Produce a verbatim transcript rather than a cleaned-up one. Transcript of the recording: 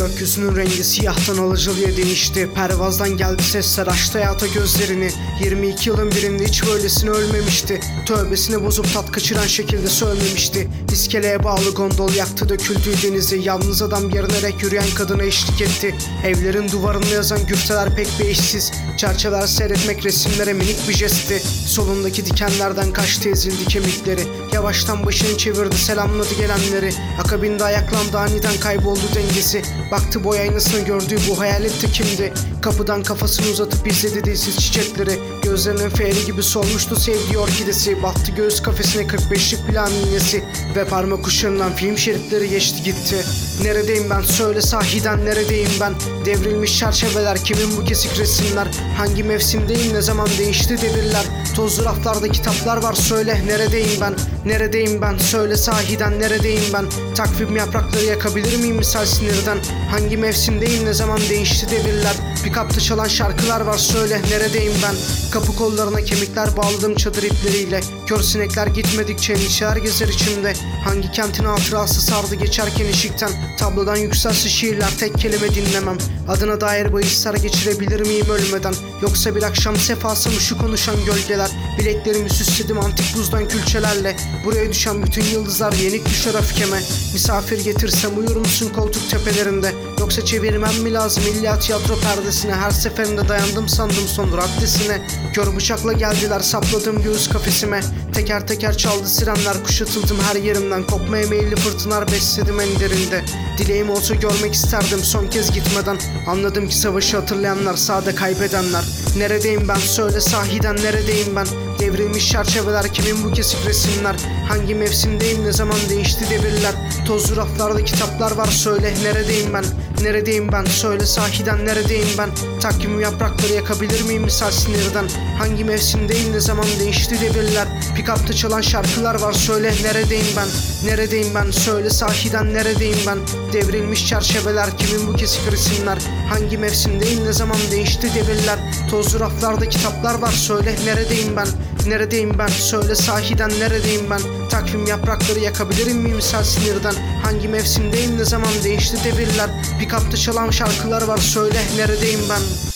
Gökyüzünün rengi siyahtan alıcılıya değişti. Pervazdan geldi sesler, açtı hayata gözlerini. yirmi iki yılın birinde hiç böylesine ölmemişti. Tövbesini bozup tat kaçıran şekilde söylemişti. İskeleye bağlı gondol yaktı döküldüğü denizi. Yalnız adam yerinerek yürüyen kadına eşlik etti. Evlerin duvarında yazan güfteler pek bir eşsiz. Çerçeveler seyretmek resimlere minik bir jestti. Solundaki dikenlerden kaçtı ezildi kemikleri. Yavaştan başını çevirdi, selamladı gelenleri. Akabinde ayaklandı, aniden kayboldu dengesi. Baktı boy aynasını, gördüğü bu hayalette kimdi? Kapıdan kafasını uzatıp izledi dilsiz çiçekleri. Gözlerinin feri gibi solmuştu sevdiği orkidesi. Battı göğüs kafesine kırk beşlik plan iğnesi. Ve parmak uçlarından film şeritleri geçti gitti. Neredeyim ben, söyle sahiden neredeyim ben? Devrilmiş çerçeveler, kimin bu kesik resimler? Hangi mevsimdeyim, ne zaman değişti devirler? Tozlu raflarda kitaplar var, söyle neredeyim ben? Neredeyim ben, söyle sahiden neredeyim ben? Takvim yaprakları yakabilir miyim misal sinirden? Hangi mevsimdeyim, ne zaman değişti devirler? Bir kapta çalan şarkılar var, söyle neredeyim ben? Kapı kollarına kemikler bağladım çadır ipleriyle. Kör sinekler gitmedikçe endişeler gezer içimde. Hangi kentin hatırası sardı geçerken ışıktan? Tablodan yükselse şiirler, tek kelime dinlemem. Adına dair bahisler geçirebilir miyim ölmeden? Yoksa bir akşam sefası mı şu konuşan gölgeler? Bileklerimi süsledim antik buzdan külçelerle. Buraya düşen bütün yıldızlar yenik düşer öfkeme. Misafir getirsem uyur musun koltuk tepelerinde? Yoksa çevirmem mi lazım illa tiyatro perdesine? Her seferinde dayandım sandım son raddesine. Kör bıçakla geldiler, sapladım göğüs kafesime. Teker teker çaldı sirenler, kuşatıldım her yerimden. Kopmaya meyilli fırtınalar besledim en derinde. Dileğim olsa görmek isterdim son kez gitmeden. Anladım ki savaşı hatırlayanlar sade kaybedenler. Neredeyim ben, söyle sahiden neredeyim ben? Devrilmiş çerçeveler, kimin bu kesik resimler? Hangi mevsimdeyim, ne zaman değişti devirler? Tozlu raflarda kitaplar var, söyle neredeyim ben? Neredeyim ben, söyle sahiden neredeyim ben? Takvim yaprakları yakabilir miyim misal sinirden? Hangi mevsimdeyim, ne zaman değişti devirler? Pikapta çalan şarkılar var, söyle neredeyim ben? Neredeyim ben, söyle sahiden neredeyim ben? Devrilmiş çerçeveler, kimin bu kesik resimler? Hangi mevsimdeyim, ne zaman değişti devirler? Tozlu raflarda kitaplar var, söyle neredeyim ben? Neredeyim ben, söyle sahiden neredeyim ben? Takvim yaprakları yakabilir miyim misal sinirden? Hangi mevsimdeyim, ne zaman değişti devirler? Pikapta çalan şarkılar var, söyle neredeyim ben?